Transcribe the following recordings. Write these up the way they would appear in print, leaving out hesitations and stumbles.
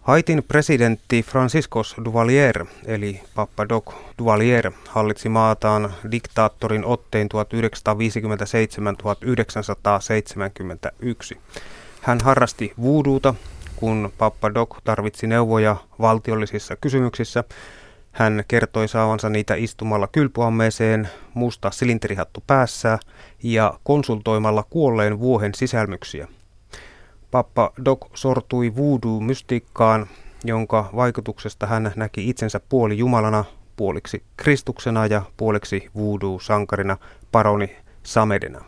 Haitin presidentti Franciscos Duvalier, eli Papa Doc Duvalier, hallitsi maataan diktaattorin ottein 1957–1971. Hän harrasti voodoota, kun Papa Doc tarvitsi neuvoja valtiollisissa kysymyksissä. Hän kertoi saavansa niitä istumalla kylpyammeeseen, musta silinterihattu päässä ja konsultoimalla kuolleen vuohen sisälmyksiä. Papa Doc sortui voodoo-mystiikkaan, jonka vaikutuksesta hän näki itsensä puoli jumalana, puoliksi Kristuksena ja puoliksi voodoo-sankarina paroni Samedena.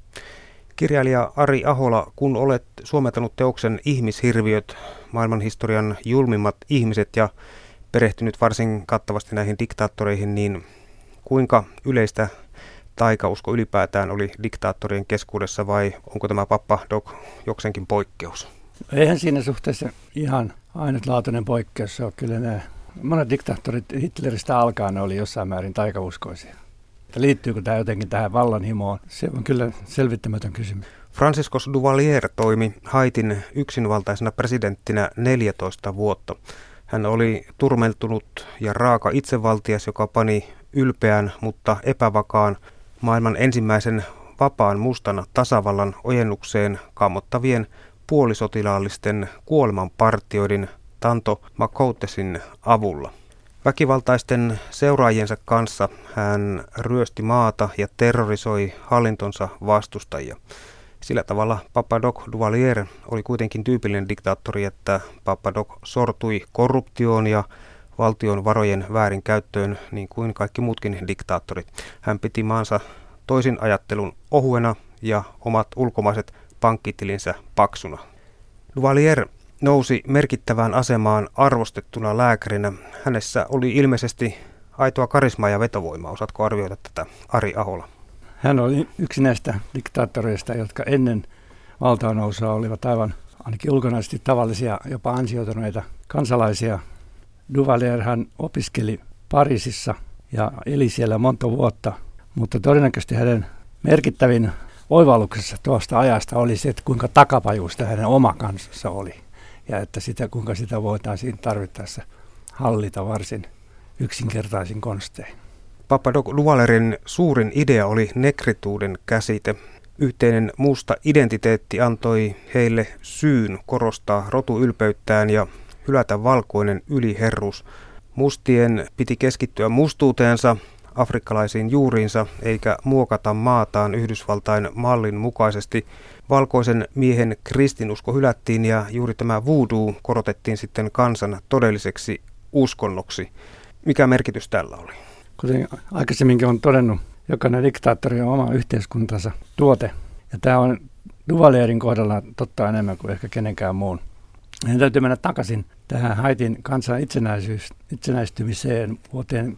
Kirjailija Ari Ahola, kun olet suomentanut teoksen Ihmishirviöt, maailmanhistorian julmimmat ihmiset ja perehtynyt varsin kattavasti näihin diktaattoreihin, niin kuinka yleistä taikausko ylipäätään oli diktaattorien keskuudessa vai onko tämä Papa Doc jokseenkin poikkeus? Eihän siinä suhteessa ihan ainutlaatuinen poikkeus ole. Kyllä nämä monet diktaattorit Hitleristä alkaen oli jossain määrin taikauskoisia. Liittyykö tämä jotenkin tähän vallanhimoon? Se on kyllä selvittämätön kysymys. Franciscos Duvalier toimi Haitin yksinvaltaisena presidenttinä 14 vuotta. Hän oli turmeltunut ja raaka itsevaltias, joka pani ylpeän, mutta epävakaan maailman ensimmäisen vapaan mustan tasavallan ojennukseen kammottavien puolisotilaallisten kuolemanpartioiden Tanto Macoutezin avulla. Väkivaltaisten seuraajiensa kanssa hän ryösti maata ja terrorisoi hallintonsa vastustajia. Sillä tavalla Papa Doc Duvalier oli kuitenkin tyypillinen diktaattori, että Papa Doc sortui korruptioon ja valtion varojen väärinkäyttöön niin kuin kaikki muutkin diktaattorit. Hän piti maansa toisin ajattelun ohuena ja omat ulkomaiset pankkitilinsä paksuna. Duvalier nousi merkittävään asemaan arvostettuna lääkärinä. Hänessä oli ilmeisesti aitoa karismaa ja vetovoimaa. Osaatko arvioida tätä, Ari Ahola? Hän oli yksi näistä diktaattoreista, jotka ennen valtaannousua olivat aivan ainakin ulkonaisesti tavallisia, jopa ansioituneita kansalaisia. Duvalier hän opiskeli Pariisissa ja eli siellä monta vuotta, mutta todennäköisesti hänen merkittävin oivalluksessa tuosta ajasta oli se, että kuinka takapajuista hänen oma kansansa oli ja että kuinka sitä voitaisiin tarvittaessa hallita varsin yksinkertaisin konstein. Papa Doc Duvalierin suurin idea oli negrituuden käsite. Yhteinen musta identiteetti antoi heille syyn korostaa rotuylpeyttään ja hylätä valkoinen yliherruus. Mustien piti keskittyä mustuuteensa, afrikkalaisiin juuriinsa, eikä muokata maataan Yhdysvaltain mallin mukaisesti. Valkoisen miehen kristinusko hylättiin ja juuri tämä voodoo korotettiin sitten kansan todelliseksi uskonnoksi. Mikä merkitys tällä oli? Kuten aikaisemminkin on todennut, jokainen diktaattori on oma yhteiskuntansa tuote. Ja tämä on Duvalierin kohdalla totta enemmän kuin ehkä kenenkään muun. Meidän täytyy mennä takaisin tähän Haitin kansan itsenäistymiseen vuoteen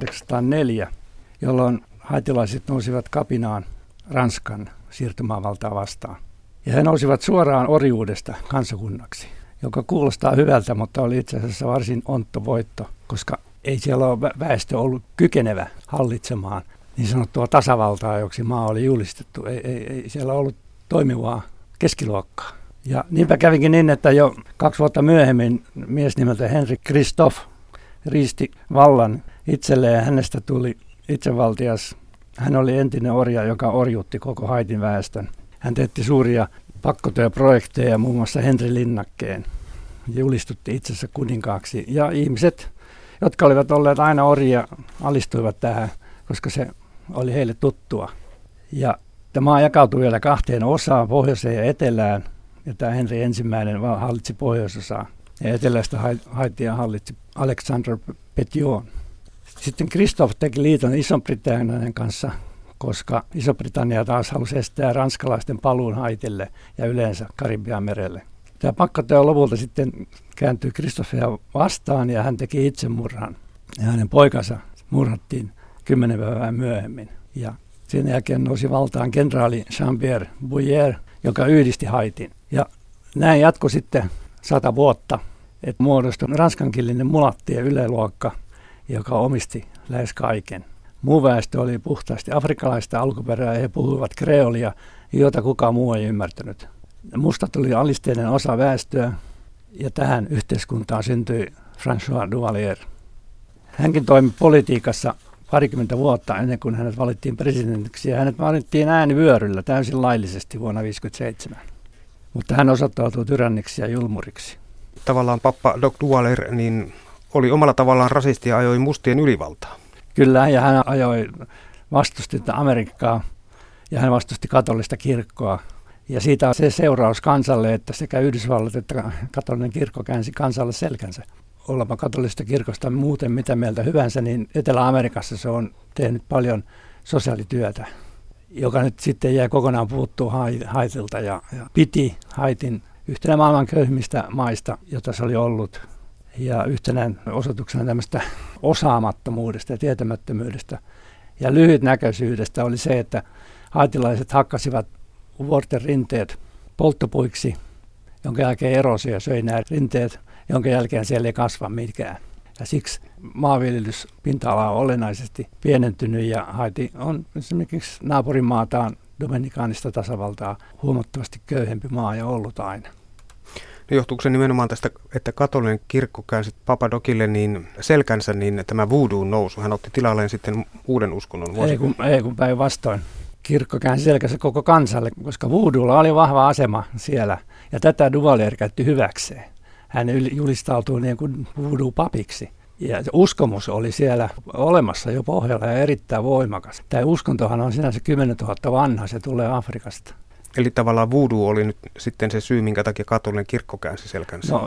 1804, jolloin haitilaiset nousivat kapinaan Ranskan siirtomaavaltaa vastaan. Ja he nousivat suoraan orjuudesta kansakunnaksi, joka kuulostaa hyvältä, mutta oli itse asiassa varsin ontto voitto, koska ei siellä ole väestö ollut kykenevä hallitsemaan niin sanottua tasavaltaa, joksi maa oli julistettu. Ei siellä ollut toimivaa keskiluokkaa. Ja niinpä kävikin niin, että jo 2 vuotta myöhemmin mies nimeltä Henri Christophe riisti vallan itselleen. Hänestä tuli itsevaltias. Hän oli entinen orja, joka orjuutti koko Haitin väestön. Hän teetti suuria pakkotyöprojekteja, muun muassa Henri Linnakkeen. Julistutti itsensä kuninkaaksi. Ja ihmiset, jotka olivat olleet aina orjia, alistuivat tähän, koska se oli heille tuttua. Ja tämä maa jakautui vielä 2 osaan, pohjoiseen ja etelään. Ja tämä Henri ensimmäinen hallitsi pohjoisosaa. Ja eteläistä Haitia hallitsi Alexandre Pétion. Sitten Christophe teki liiton Iso-Britannian kanssa, koska Iso-Britannia taas halusi estää ranskalaisten paluun Haitille ja yleensä Karibian merelle. Tämä pakkotyö lopulta sitten kääntyi Christophea vastaan ja hän teki itsemurhan. Ja hänen poikansa murhattiin 10 päivää myöhemmin. Ja sen jälkeen nousi valtaan kenraali Jean-Pierre Bouyer, joka yhdisti Haitin. Ja näin jatkoi sitten 100 vuotta, että muodostui ranskankielinen mulattien yläluokka, joka omisti lähes kaiken. Muu väestö oli puhtaasti afrikkalaista alkuperää ja he puhuivat kreolia, jota kukaan muu ei ymmärtänyt. Mustat oli alisteinen osa väestöä Ja tähän yhteiskuntaan syntyi François Duvalier. Hänkin toimi politiikassa parikymmentä vuotta ennen kuin hänet valittiin presidentiksi, ja hänet valittiin äänivyöryllä täysin laillisesti vuonna 1957. Mutta hän osoittautui tyranniksi ja julmuriksi. Tavallaan pappa Doc Duvalier niin oli omalla tavallaan rasisti ja ajoi mustien ylivaltaa. Kyllä, ja hän vastusti Amerikkaa, ja hän vastusti katolista kirkkoa. Ja siitä on se seuraus kansalle, että sekä Yhdysvallat että katolinen kirkko käänsi kansalle selkänsä. Ollapa katolista kirkosta muuten mitä mieltä hyvänsä, niin Etelä-Amerikassa se on tehnyt paljon sosiaalityötä, joka nyt sitten jäi kokonaan puuttuu Haitilta ja piti Haitin yhtenä maailman köyhimmistä maista, jota se oli ollut. Ja yhtenä osoituksena tämmöistä osaamattomuudesta ja tietämättömyydestä ja lyhytnäköisyydestä oli se, että haitilaiset hakkasivat vuorten rinteet polttopuiksi, jonka jälkeen erosio söi nämä rinteet, jonka jälkeen siellä ei kasva mikään. Ja siksi maanviljelyspinta-ala on olennaisesti pienentynyt ja Haiti on esimerkiksi naapurimaataan Dominikaanista tasavaltaa huomattavasti köyhempi maa ja ollut aina. No johtuuko se nimenomaan tästä, että katolinen kirkko käänsi Papa Docille niin selkänsä, niin tämä voodoo nousu, hän otti tilalleen sitten uuden uskonnon vuosina? Ei kun päinvastoin. Kirkko käänsi selkänsä koko kansalle, koska voodoolla oli vahva asema siellä ja tätä Duvalier käytti hyväkseen. Hän julistautui niin kuin voodoo-papiksi. Ja uskomus oli siellä olemassa jo pohjalla ja erittäin voimakas. Tämä uskontohan on sinänsä 10 000 vanha, se tulee Afrikasta. Eli tavallaan voodoo oli nyt sitten se syy, minkä takia katolinen kirkko käänsi selkänsä? No,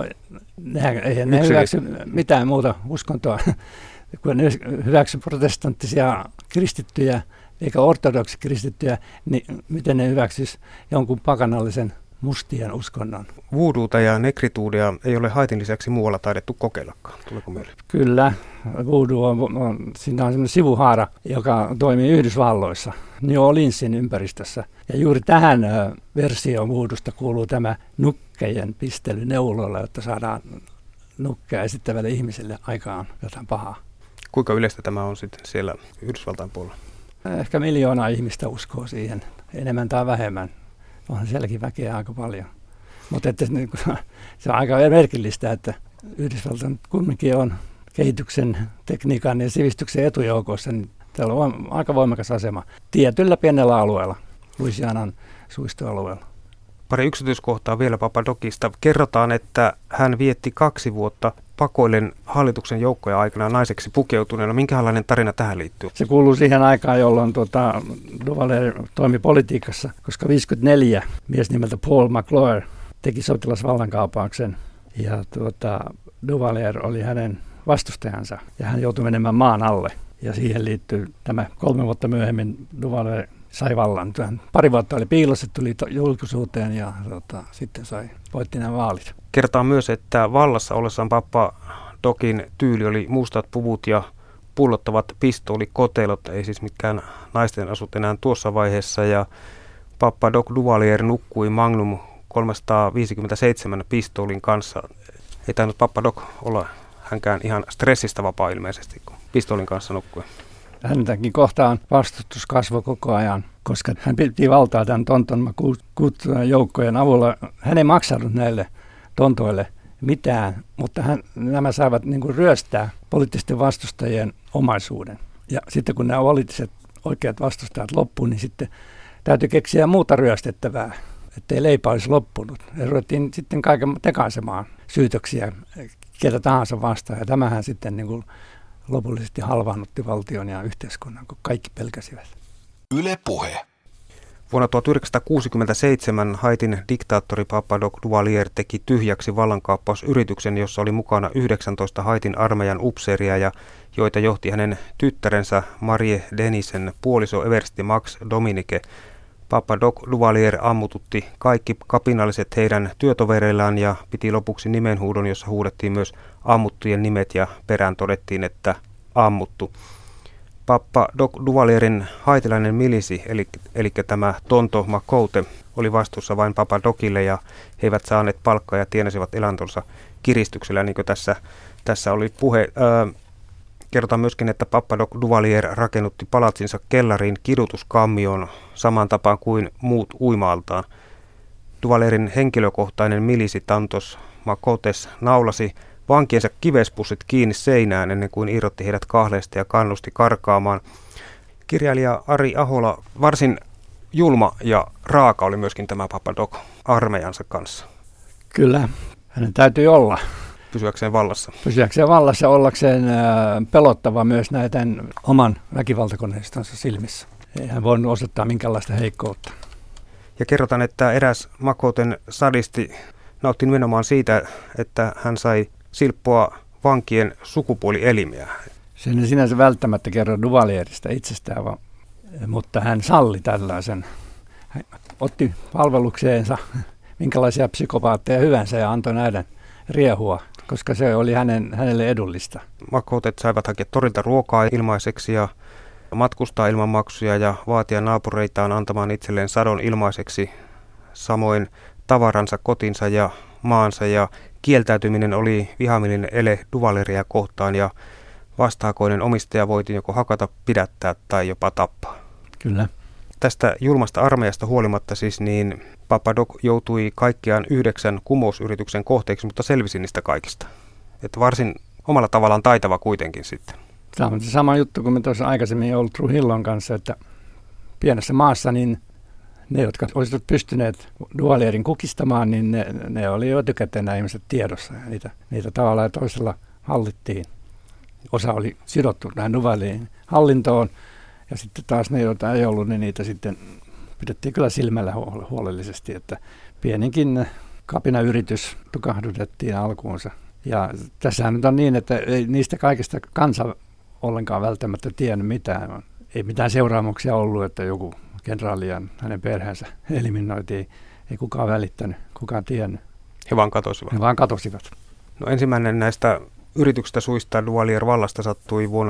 eihän ne hyväksy mitään muuta uskontoa, kun ne hyväksy protestanttisia kristittyjä eikä ortodoksi kristittyjä, niin miten ne hyväksyisi jonkun pakanallisen mustien uskonnon? Voodoota ja negrituudia ei ole Haitin lisäksi muualla taidettu kokeillakaan. Tuleeko meille? Kyllä. Voodoo siinä on sellainen sivuhaara, joka toimii Yhdysvalloissa, New Orleansin ympäristössä. Ja juuri tähän versioon voodoosta kuuluu tämä nukkejen pistely neuloilla, jotta saadaan nukkeja esittävälle ihmiselle aikaan jotain pahaa. Kuinka yleistä tämä on sitten siellä Yhdysvaltain puolella? Ehkä 1 miljoonaa ihmistä uskoo siihen, enemmän tai vähemmän. Onhan sielläkin väkeä aika paljon. Mutta se on aika merkillistä, että Yhdysvaltain kumminkin on kehityksen, tekniikan ja sivistyksen etujoukossa, niin täällä on aika voimakas asema tietyllä pienellä alueella, Louisianan suistoalueella. Pari yksityiskohtaa vielä Papa Docista. Kerrotaan, että hän vietti 2 vuotta pakoillen hallituksen joukkoja aikana naiseksi pukeutuneena. Minkälainen tarina tähän liittyy? Se kuuluu siihen aikaan, jolloin Duvalier toimi politiikassa, koska 54 mies nimeltä Paul McClure teki sotilasvallankaappauksen ja Duvalier oli hänen vastustajansa ja hän joutui menemään maan alle. Ja siihen liittyy tämä 3 vuotta myöhemmin Duvalier sai vallan. 2 vuotta oli piilossa, tuli julkisuuteen ja sitten voitti nämä vaalit. Kertaa myös, että vallassa ollessaan Papa Docin tyyli oli mustat puvut ja pullottavat pistoolikoteilot, ei siis mitkään naisten asut enää tuossa vaiheessa. Ja Papa Doc Duvalier nukkui Magnum 357 pistoolin kanssa. Ei tainnut Papa Doc olla hänkään ihan stressistä vapaa ilmeisesti, kun pistoolin kanssa nukkui. Häntäkin kohtaan vastustus kasvoi koko ajan, koska hän piti valtaa tämän Tonton joukkojen avulla. Hän ei maksanut näille tontoille mitään, mutta nämä saivat niin kuin ryöstää poliittisten vastustajien omaisuuden. Ja sitten kun nämä poliittiset oikeat vastustajat loppuivat, niin sitten täytyy keksiä muuta ryöstettävää, ettei leipä olisi loppunut. Ja ruvettiin sitten kaiken tekaisemaan syytöksiä ketä tahansa vastaan. Ja tämähän sitten niin kuin lopullisesti halvaannutti valtion ja yhteiskunnan, kun kaikki pelkäsivät. Yle Puhe. Vuonna 1967 Haitin diktaattori Papa Doc Duvalier teki tyhjäksi vallankaappausyrityksen, jossa oli mukana 19 Haitin armeijan upseeria ja joita johti hänen tyttärensä Marie Denisen puoliso Eversti Max Dominique. Papa Doc Duvalier ammututti kaikki kapinalliset heidän työtovereillaan ja piti lopuksi nimenhuudon, jossa huudettiin myös ammuttujen nimet ja perään todettiin, että ammuttu. Papa Doc Duvalierin haitilainen milisi, eli tämä Tonto Makoute, oli vastuussa vain Papa Docille ja he eivät saaneet palkkaa ja tienasivat elantonsa kiristyksellä, niin kuin tässä oli puhe. Kerrotaan myöskin, että Papa Doc Duvalier rakennutti palatsinsa kellariin kidutuskammioon samaan tapaan kuin muut uimaaltaan. Duvalierin henkilökohtainen milisi Tantos Macotes naulasi vankiensa kivespussit kiinni seinään ennen kuin irrotti heidät kahleesta ja kannusti karkaamaan. Kirjailija Ari Ahola, varsin julma ja raaka oli myöskin tämä Papa Doc armeijansa kanssa. Kyllä, hänen täytyy olla. Pysyäkseen vallassa. Pysyäkseen vallassa, ollakseen pelottava myös näiden oman väkivaltakoneistonsa silmissä. Ei hän voinut osoittaa minkäänlaista heikkoutta. Ja kerrotaan, että eräs Macoten sadisti nautti nimenomaan siitä, että hän sai silppoa vankien sukupuolielimiä. Se ei sinänsä välttämättä kerro Duvalierista itsestään, mutta hän salli tällaisen. Hän otti palvelukseensa minkälaisia psykopaatteja hyvänsä ja antoi näiden riehua, koska se oli hänelle edullista. Macotet saivat hakea torilta ruokaa ilmaiseksi ja matkustaa ilman maksuja ja vaatia naapureitaan antamaan itselleen sadon ilmaiseksi, samoin tavaransa, kotinsa ja maansa, ja kieltäytyminen oli vihamielinen ele Duvalieria kohtaan ja vastaakoinen omistaja voitiin joko hakata, pidättää tai jopa tappaa. Kyllä. Tästä julmasta armeijasta huolimatta siis niin Papa Doc joutui kaikkiaan 9 kumousyrityksen kohteeksi, mutta selvisi niistä kaikista. Että varsin omalla tavallaan taitava kuitenkin sitten. Tämä on se sama juttu kuin me tuossa aikaisemmin ollut Trujillon kanssa, että pienessä maassa niin ne, jotka olisivat pystyneet Duvalierin kukistamaan, niin ne oli jo etukäteen nämä ihmiset tiedossa. Ja niitä tavalla ja toisella hallittiin. Osa oli sidottu tähän Duvalierin hallintoon, ja sitten taas ne, joita ei ollut, niin niitä sitten pidettiin kyllä silmällä huolellisesti, että pieninkin kapinayritys tukahdutettiin alkuunsa. Ja tässähän nyt on niin, että ei niistä kaikista kansa ollenkaan välttämättä tiennyt mitään. Ei mitään seuraamuksia ollut, että joku kenraali ja hänen perheensä eliminoitiin. Ei kukaan välittänyt, kukaan tiennyt. He vaan katosivat. He vaan katosivat. No ensimmäinen näistä yrityksistä suistaa Duvalier vallasta sattui vuonna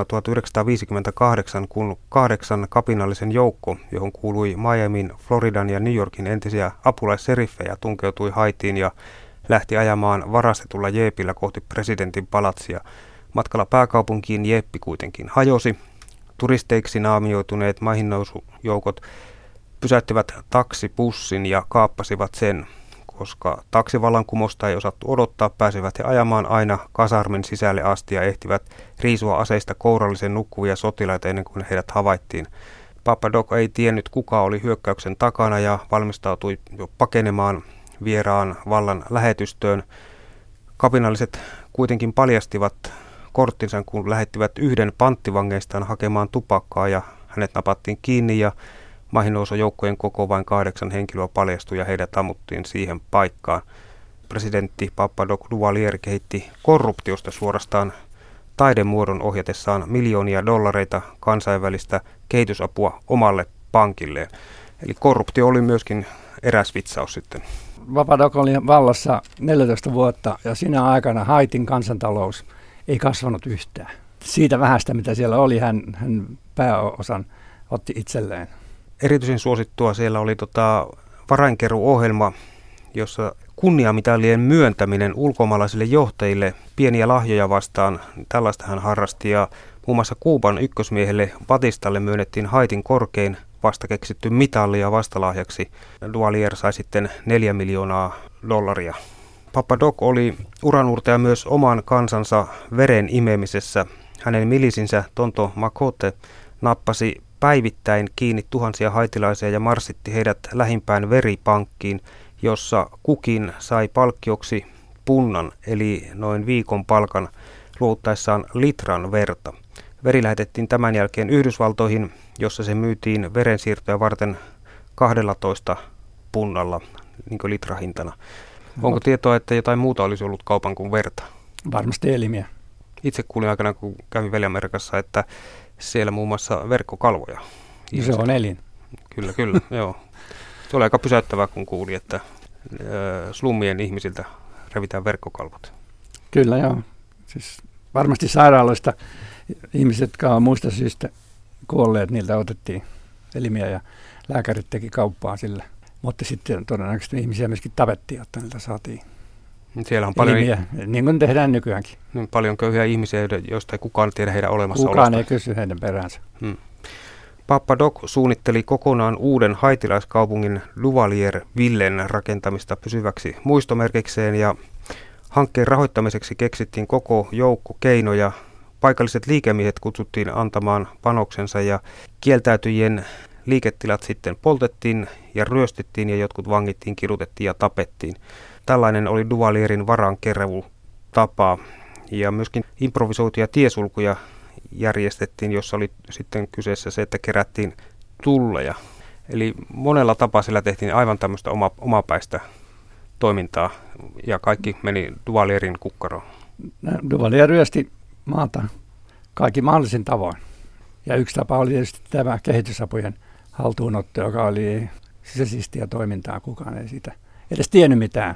1958, kun 8 kapinallisen joukko, johon kuului Miamin, Floridan ja New Yorkin entisiä apulaisseriffejä, tunkeutui Haitiin ja lähti ajamaan varastetulla jeepillä kohti presidentin palatsia. Matkalla pääkaupunkiin jeppi kuitenkin hajosi. Turisteiksi naamioituneet maihinnousujoukot pysäyttivät taksipussin ja kaappasivat sen. Koska taksivallankumousta ei osattu odottaa, pääsivät he ajamaan aina kasarmin sisälle asti ja ehtivät riisua aseista kourallisen nukkuvia sotilaita ennen kuin heidät havaittiin. Papa Doc ei tiennyt, kuka oli hyökkäyksen takana ja valmistautui jo pakenemaan vieraan vallan lähetystöön. Kapinalliset kuitenkin paljastivat korttinsa, kun lähettivät yhden panttivangeistaan hakemaan tupakkaa ja hänet napattiin kiinni ja maihinnousujoukkojen koko vain 8 henkilöä paljastui ja heidät ammuttiin siihen paikkaan. Presidentti Papa Doc Duvalier kehitti korruptiosta suorastaan taidemuodon ohjatessaan miljoonia dollareita kansainvälistä kehitysapua omalle pankilleen. Eli korruptio oli myöskin eräs vitsaus sitten. Papa Doc oli vallassa 14 vuotta ja siinä aikana Haitin kansantalous ei kasvanut yhtään. Siitä vähästä, mitä siellä oli, hän pääosan otti itselleen. Erityisen suosittua siellä oli varainkeruuohjelma, jossa kunniamitalien myöntäminen ulkomaalaisille johtajille pieniä lahjoja vastaan, tällaista hän harrasti, ja muun muassa Kuuban ykkösmiehelle Batistalle myönnettiin Haitin korkein vasta keksitty mitalli ja vastalahjaksi. Duvalier sai sitten $4 miljoonaa. Papa Doc oli uranuurtaja myös oman kansansa veren imemisessä. Hänen milisinsä Tonto Macote nappasi päivittäin kiinni tuhansia haitilaisia ja marssitti heidät lähimpään veripankkiin, jossa kukin sai palkkioksi punnan, eli noin viikon palkan luovuttaessaan litran verta. Veri lähetettiin tämän jälkeen Yhdysvaltoihin, jossa se myytiin verensiirtoja varten 12 punnalla, niin kuin litrahintana. Onko tietoa, että jotain muuta olisi ollut kaupan kuin verta? Varmasti elimiä. Itse kuulin aikana, kun kävin Velja-Amerikassa, että siellä muun muassa verkkokalvoja. Se on elin. Kyllä, joo. Se oli aika pysäyttävää, kun kuuli, että slummien ihmisiltä revitään verkkokalvot. Kyllä, joo. Siis varmasti sairaaloista ihmiset, jotka on muista syistä kuolleet, niiltä otettiin elimiä ja lääkärit teki kauppaa sillä. Mutta sitten todennäköisesti ihmisiä myöskin tapettiin, jotta niiltä saatiin siellä on paljon elimiä, niin kuin tehdään nykyäänkin. Paljon köyhiä ihmisiä, joista ei kukaan tiedä heidän olemassaolostaan. Kukaan ei kysy heidän peräänsä. Papa Doc suunnitteli kokonaan uuden haitilaiskaupungin Duvalier-villen rakentamista pysyväksi muistomerkikseen ja Hankkeen rahoittamiseksi keksittiin koko joukko keinoja. Paikalliset liikemiehet kutsuttiin antamaan panoksensa ja kieltäytyjien liiketilat sitten poltettiin ja ryöstettiin ja jotkut vangittiin, kidutettiin ja tapettiin. Tällainen oli Duvalierin varankeruutapa ja myöskin improvisoituja tiesulkuja järjestettiin, jossa oli sitten kyseessä se, että kerättiin tulleja. Eli monella tapaa sillä tehtiin aivan tämmöistä omapäistä toimintaa ja kaikki meni Duvalierin kukkaroon. Duvalier ryösti maata kaikki mahdollisin tavoin. Ja yksi tapa oli tietysti tämä kehitysapujen haltuunotto, joka oli sisäsistiä toimintaa. Kukaan ei siitä edes tiennyt mitään.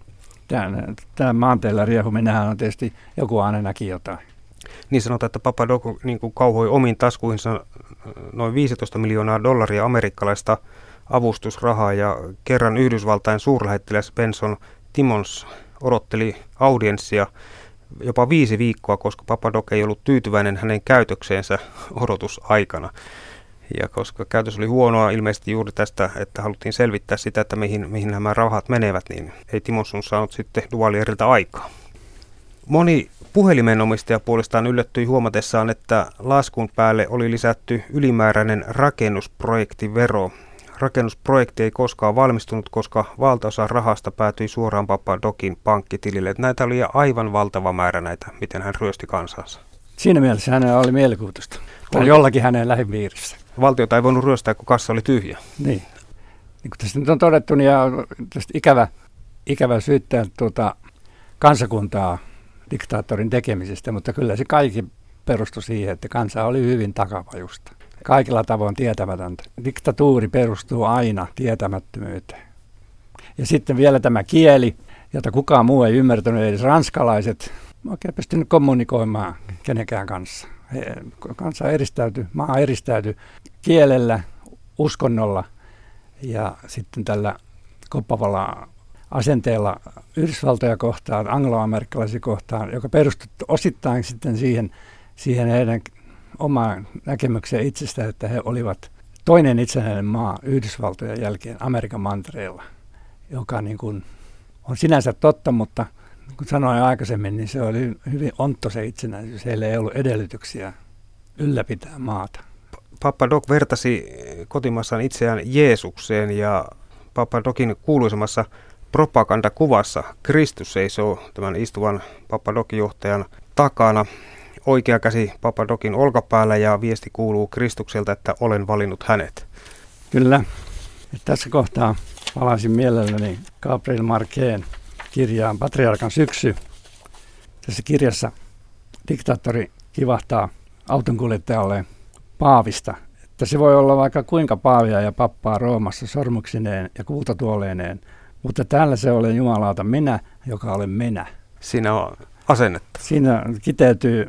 Tämä maanteilla riehuminen on tietysti joku aina näki jotain. Niin sanotaan, että Papadoc niin kuin kauhoi omiin taskuihinsa noin $15 miljoonaa amerikkalaista avustusrahaa ja kerran Yhdysvaltain suurlähettiläs Benson Timmons odotteli audienssia jopa 5 viikkoa, koska Papadoc ei ollut tyytyväinen hänen käytökseensä odotusaikana. Ja koska käytös oli huonoa ilmeisesti juuri tästä, että haluttiin selvittää sitä, että mihin nämä rahat menevät, niin ei Timonson saanut sitten Duvalierilta aikaa. Moni puhelimenomistaja puolestaan yllättyi huomatessaan, että laskun päälle oli lisätty ylimääräinen rakennusprojektivero. Rakennusprojekti ei koskaan valmistunut, koska valtaosa rahasta päätyi suoraan Papadocin pankkitilille. Näitä oli aivan valtava määrä näitä, miten hän ryösti kansansa. Siinä mielessä hänellä oli mielikuvitusta. Tai jollakin hänen lähipiirissä. Valtiota ei voinut ryöstää, kun kassa oli tyhjä. Niin. Niin kuin tässä nyt on todettu, niin tästä ikävä syyttää kansakuntaa diktaattorin tekemisestä, mutta kyllä se kaikki perustui siihen, että kansa oli hyvin takapajusta. Kaikilla tavoin tietämätöntä. Diktatuuri perustuu aina tietämättömyyteen. Ja sitten vielä tämä kieli, jota kukaan muu ei ymmärtänyt, edes ranskalaiset, oikein pystynyt kommunikoimaan kenenkään kanssa. Maa eristäytyi kielellä, uskonnolla ja sitten tällä koppavalla asenteella Yhdysvaltoja kohtaan, angloamerikkalaisia kohtaan, joka perustui osittain sitten siihen heidän omaan näkemykseen itsestä, että he olivat toinen itsenäinen maa Yhdysvaltojen jälkeen Amerikan mantereella, joka niin kuin on sinänsä totta, mutta kun sanoin aikaisemmin, niin se oli hyvin ontto se itsenäisyys. Heillä ei ollut edellytyksiä ylläpitää maata. Papadoc vertasi kotimaassaan itseään Jeesukseen ja Papadocin kuuluisemmassa propagandakuvassa Kristus seisoo tämän istuvan Papadocin-johtajan takana. Oikea käsi Papadocin olkapäällä ja viesti kuuluu Kristukselta, että olen valinnut hänet. Kyllä. Ja tässä kohtaa palaisin mielelläni Gabriel Marquén kirjaan Patriarkan syksy. Tässä kirjassa diktaattori kivahtaa autonkuljettajalle paavista, että se voi olla vaikka kuinka paavia ja pappaa Roomassa sormuksineen ja kultatuoleineen, mutta täällä se olen jumalauta minä, joka olen minä. Siinä on asennetta. Siinä kiteytyy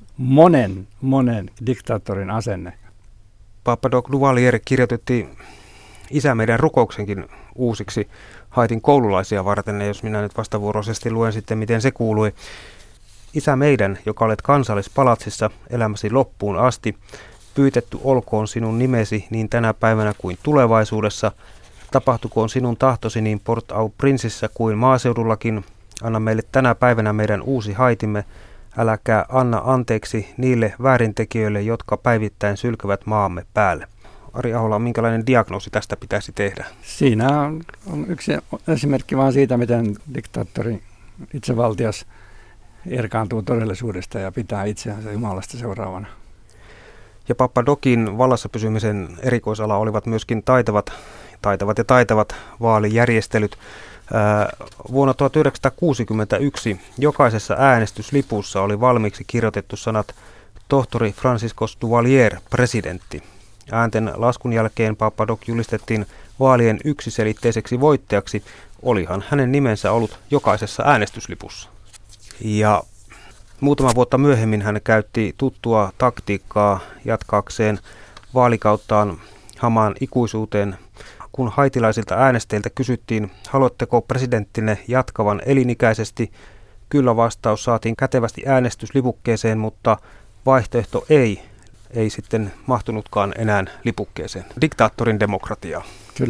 monen diktaattorin asenne. Papadoc Duvalier kirjoitettiin Isä meidän rukouksenkin uusiksi Haitin koululaisia varten, ja jos minä nyt vastavuoroisesti luen sitten, miten se kuului. Isä meidän, joka olet kansallispalatsissa elämäsi loppuun asti, pyytetty olkoon sinun nimesi niin tänä päivänä kuin tulevaisuudessa. Tapahtukoon sinun tahtosi niin Port-au-Princessa kuin maaseudullakin. Anna meille tänä päivänä meidän uusi Haitimme. Äläkää anna anteeksi niille väärintekijöille, jotka päivittäin sylkevät maamme päälle. Ari Ahola, minkälainen diagnoosi tästä pitäisi tehdä? Siinä on yksi esimerkki vaan siitä, miten diktaattori itsevaltias erkaantuu todellisuudesta ja pitää itseänsä Jumalasta seuraavana. Ja Papadocin vallassa pysymisen erikoisala olivat myöskin taitavat vaalijärjestelyt. Vuonna 1961 jokaisessa äänestyslipussa oli valmiiksi kirjoitettu sanat tohtori Franciscos Duvalier, presidentti. Äänten laskun jälkeen Papadoc julistettiin vaalien yksiselitteiseksi voittajaksi, olihan hänen nimensä ollut jokaisessa äänestyslipussa. Ja muutama vuotta myöhemmin hän käytti tuttua taktiikkaa jatkaakseen vaalikauttaan hamaan ikuisuuteen. Kun haitilaisilta äänestäjiltä kysyttiin, haluatteko presidenttinne jatkavan elinikäisesti, kyllä vastaus saatiin kätevästi äänestyslipukkeeseen, mutta vaihtoehto ei sitten mahtunutkaan enää lipukkeeseen. Diktaattorin demokratiaa. Kyllä.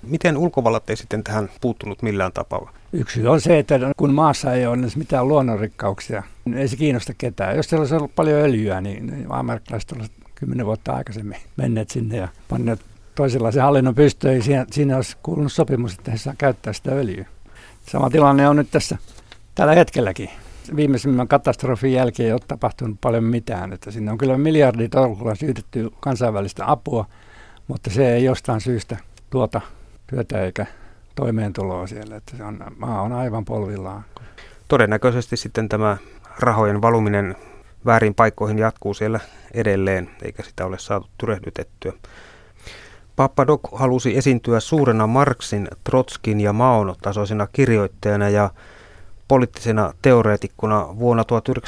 Miten ulkovallat ei sitten tähän puuttunut millään tapaa? Yksi on se, että kun maassa ei ole mitään luonnonrikkauksia, niin ei se kiinnosta ketään. Jos siellä olisi ollut paljon öljyä, niin amerikkalaiset olisivat 10 vuotta aikaisemmin menneet sinne ja panneet toisenlaisen hallinnon pystyyn. Siinä olisi kuulunut sopimus, että he saa käyttää sitä öljyä. Sama tilanne on nyt tässä tällä hetkelläkin. Viimeisimmän katastrofin jälkeen ei ole tapahtunut paljon mitään. Että sinne on kyllä miljarditolkulla syytetty kansainvälistä apua, mutta se ei jostain syystä tuota työtä eikä toimeentuloa siellä. Että maa on aivan polvillaan. Todennäköisesti sitten tämä rahojen valuminen väärin paikkoihin jatkuu siellä edelleen, eikä sitä ole saatu tyrehdytettyä. Papadoc halusi esiintyä suurena Marxin, Trotskin ja Maon tasoisena kirjoittajana ja poliittisena teoreetikkona. Vuonna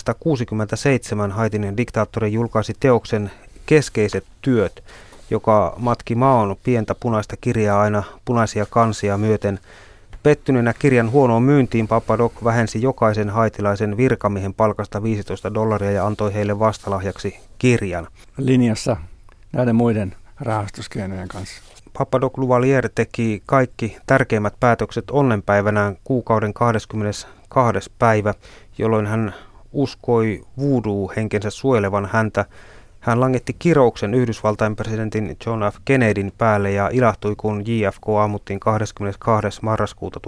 1967 Haitin diktaattori julkaisi teoksen Keskeiset työt, joka matki Maon pientä punaista kirjaa aina punaisia kansia myöten. Pettyneenä kirjan huonoon myyntiin Papadoc vähensi jokaisen haitilaisen virkamiehen palkasta $15 ja antoi heille vastalahjaksi kirjan. Linjassa näiden muiden rahastuskeinojen kanssa. Papadoc Duvalier teki kaikki tärkeimmät päätökset onnenpäivänään kuukauden 22. päivä, jolloin hän uskoi voodoo-henkensä suojelevan häntä. Hän langetti kirouksen Yhdysvaltain presidentin John F. Kennedyn päälle ja ilahtui, kun JFK ammuttiin 22. marraskuuta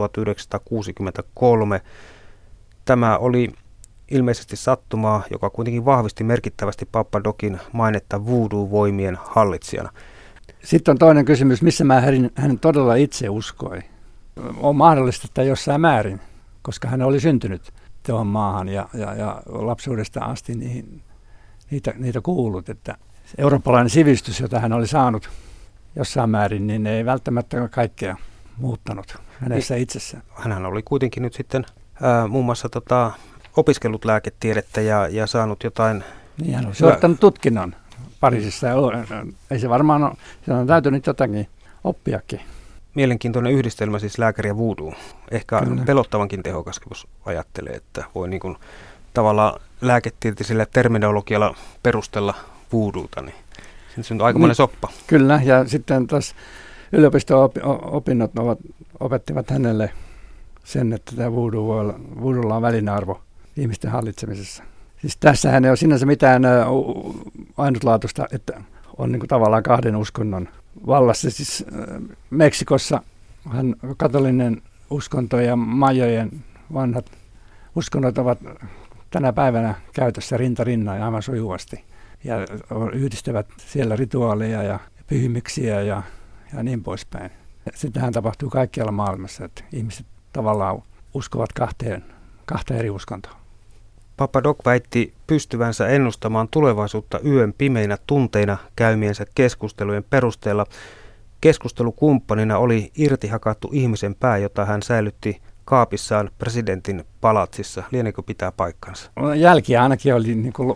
1963. Tämä oli ilmeisesti sattumaa, joka kuitenkin vahvisti merkittävästi Papadocin mainetta voodoo-voimien hallitsijana. Sitten on toinen kysymys, missä määrin hän todella itse uskoi. On mahdollista, että jossain määrin, koska hän oli syntynyt tuohon maahan ja lapsuudesta asti niitä kuullut, että eurooppalainen sivistys, jota hän oli saanut jossain määrin, niin ei välttämättä kaikkea muuttanut hänessä itsessään. Hänhän oli kuitenkin nyt sitten muun muassa opiskellut lääketiedettä ja saanut jotain. Niin, hän on suorittanut tutkinnon Pariisissa. Ei se varmaan ole, se on täytynyt jotakin oppiakin. Mielenkiintoinen yhdistelmä siis lääkäri ja voodoo. Ehkä Kyllä. Pelottavankin tehokas, jos ajattelee, että voi niin kuin tavallaan lääketieteellisellä terminologialla perustella voodooта, niin se on aikamoinen soppa. Kyllä, ja sitten taas yliopisto-opinnot opettivat hänelle sen, että tämä voodoolla on välinearvo ihmisten hallitsemisessa. Siis tässähän ei ole sinänsä mitään ainutlaatuista, että on niin kuin tavallaan kahden uskonnon vallassa. Siis Meksikossa katolinen uskonto ja majojen vanhat uskonnot ovat tänä päivänä käytössä rinta rinnan ja aivan sujuvasti. Ja yhdistävät siellä rituaaleja ja pyhimyksiä ja niin poispäin. Sitähän tapahtuu kaikkialla maailmassa, että ihmiset tavallaan uskovat kahteen eri uskontoon. Papadoc väitti pystyvänsä ennustamaan tulevaisuutta yön pimeinä tunteina käymiensä keskustelujen perusteella. Keskustelukumppanina oli irtihakattu ihmisen pää, jota hän säilytti kaapissaan presidentin palatsissa. Lieneekö pitää paikkansa? Jälkiä ainakin oli niin kuin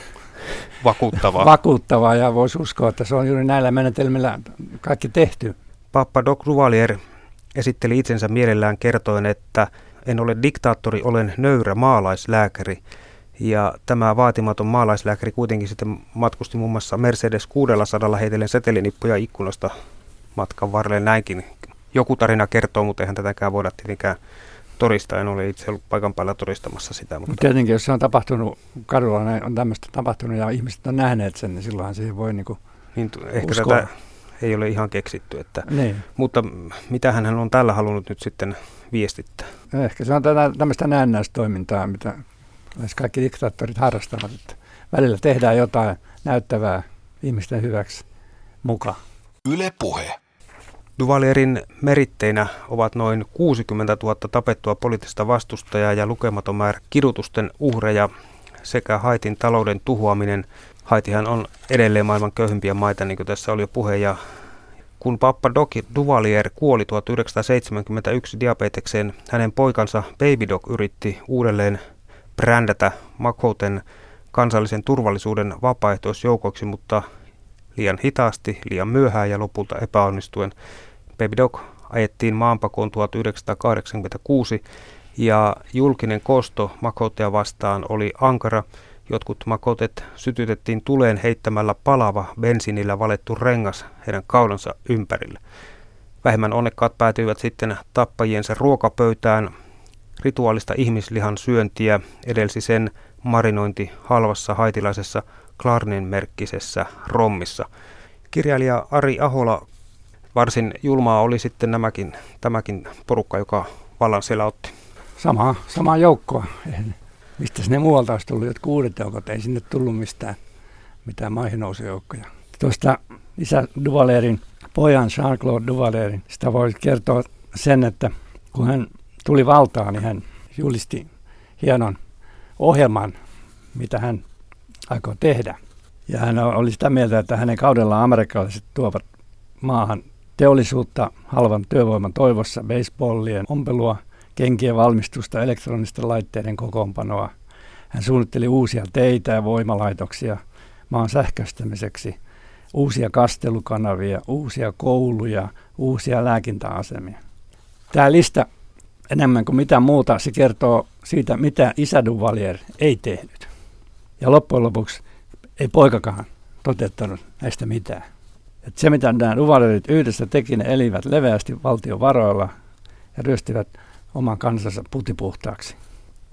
vakuuttavaa ja voisi uskoa, että se on juuri näillä menetelmillä kaikki tehty. Papadoc Duvalier esitteli itsensä mielellään kertoen, että en ole diktaattori, olen nöyrä maalaislääkäri. Ja tämä vaatimaton maalaislääkäri kuitenkin sitten matkusti muun muassa Mercedes 600 heitellen setelinippuja ikkunasta matkan varrelle. Näinkin joku tarina kertoo, mutta eihän tätäkään voida tietenkään todistaa. En ole itse ollut paikan päällä todistamassa sitä. Mutta tietenkin, jos se on tapahtunut kadulla, on tämmöistä tapahtunut ja ihmiset on nähneet sen, niin silloinhan siihen voi ehkä uskoa. Tätä ei ole ihan keksitty. Niin. Mutta mitä hän on tällä halunnut nyt sitten viestittää? Ehkä se on tämmöistä näennäistoimintaa, mitä kaikki diktaattorit harrastavat. Että välillä tehdään jotain näyttävää ihmisten hyväksi mukaan. Yle Puhe. Duvalierin meritteinä ovat noin 60 000 tapettua poliittista vastustajaa ja lukematon määrä kidutusten uhreja sekä Haitin talouden tuhoaminen. Haitihan on edelleen maailman köyhimpiä maita, niin kuin tässä oli jo puhe. Ja kun Papadoc Duvalier kuoli 1971 diabetekseen, hänen poikansa Baby Doc yritti uudelleen brändätä Makoten kansallisen turvallisuuden vapaaehtoisjoukoiksi, mutta liian hitaasti, liian myöhään ja lopulta epäonnistuen. Baby Doc ajettiin maanpakoon 1986 ja julkinen kosto Makotea vastaan oli ankara. Jotkut Makotet sytytettiin tuleen heittämällä palava bensiinillä valettu rengas heidän kaulansa ympärille. Vähemmän onnekkaat päätyivät sitten tappajiensa ruokapöytään. Rituaalista ihmislihan syöntiä edelsi sen marinointi halvassa haitilaisessa Klarnin-merkkisessä rommissa. Kirjailija Ari Ahola, varsin julmaa oli sitten tämäkin porukka, joka vallan siellä otti. Samaa joukkoa. Mistä ne muualta olisi tullut jotkut uudet joukot? Ei sinne tullut mitään maihinnousujoukkoja. Tuosta isä Duvalierin pojan Jean-Claude Duvalierin, sitä voi kertoa sen, että kun hän tuli valtaan, niin hän julisti hienon ohjelman, mitä hän aikoo tehdä. Ja hän oli sitä mieltä, että hänen kaudellaan amerikkalaiset tuovat maahan teollisuutta halvan työvoiman toivossa, baseballien ompelua, kenkien valmistusta, elektronisten laitteiden kokoonpanoa. Hän suunnitteli uusia teitä ja voimalaitoksia maan sähköistämiseksi, uusia kastelukanavia, uusia kouluja, uusia lääkintäasemia. Tämä lista enemmän kuin mitään muuta, se kertoo siitä, mitä isä Duvalier ei tehnyt. Ja loppujen lopuksi ei poikakaan toteuttanut näistä mitään. Et se, mitä nämä Duvalierit yhdessä teki, ne elivät leveästi valtion varoilla ja ryöstivät oman kansansa putipuhtaaksi.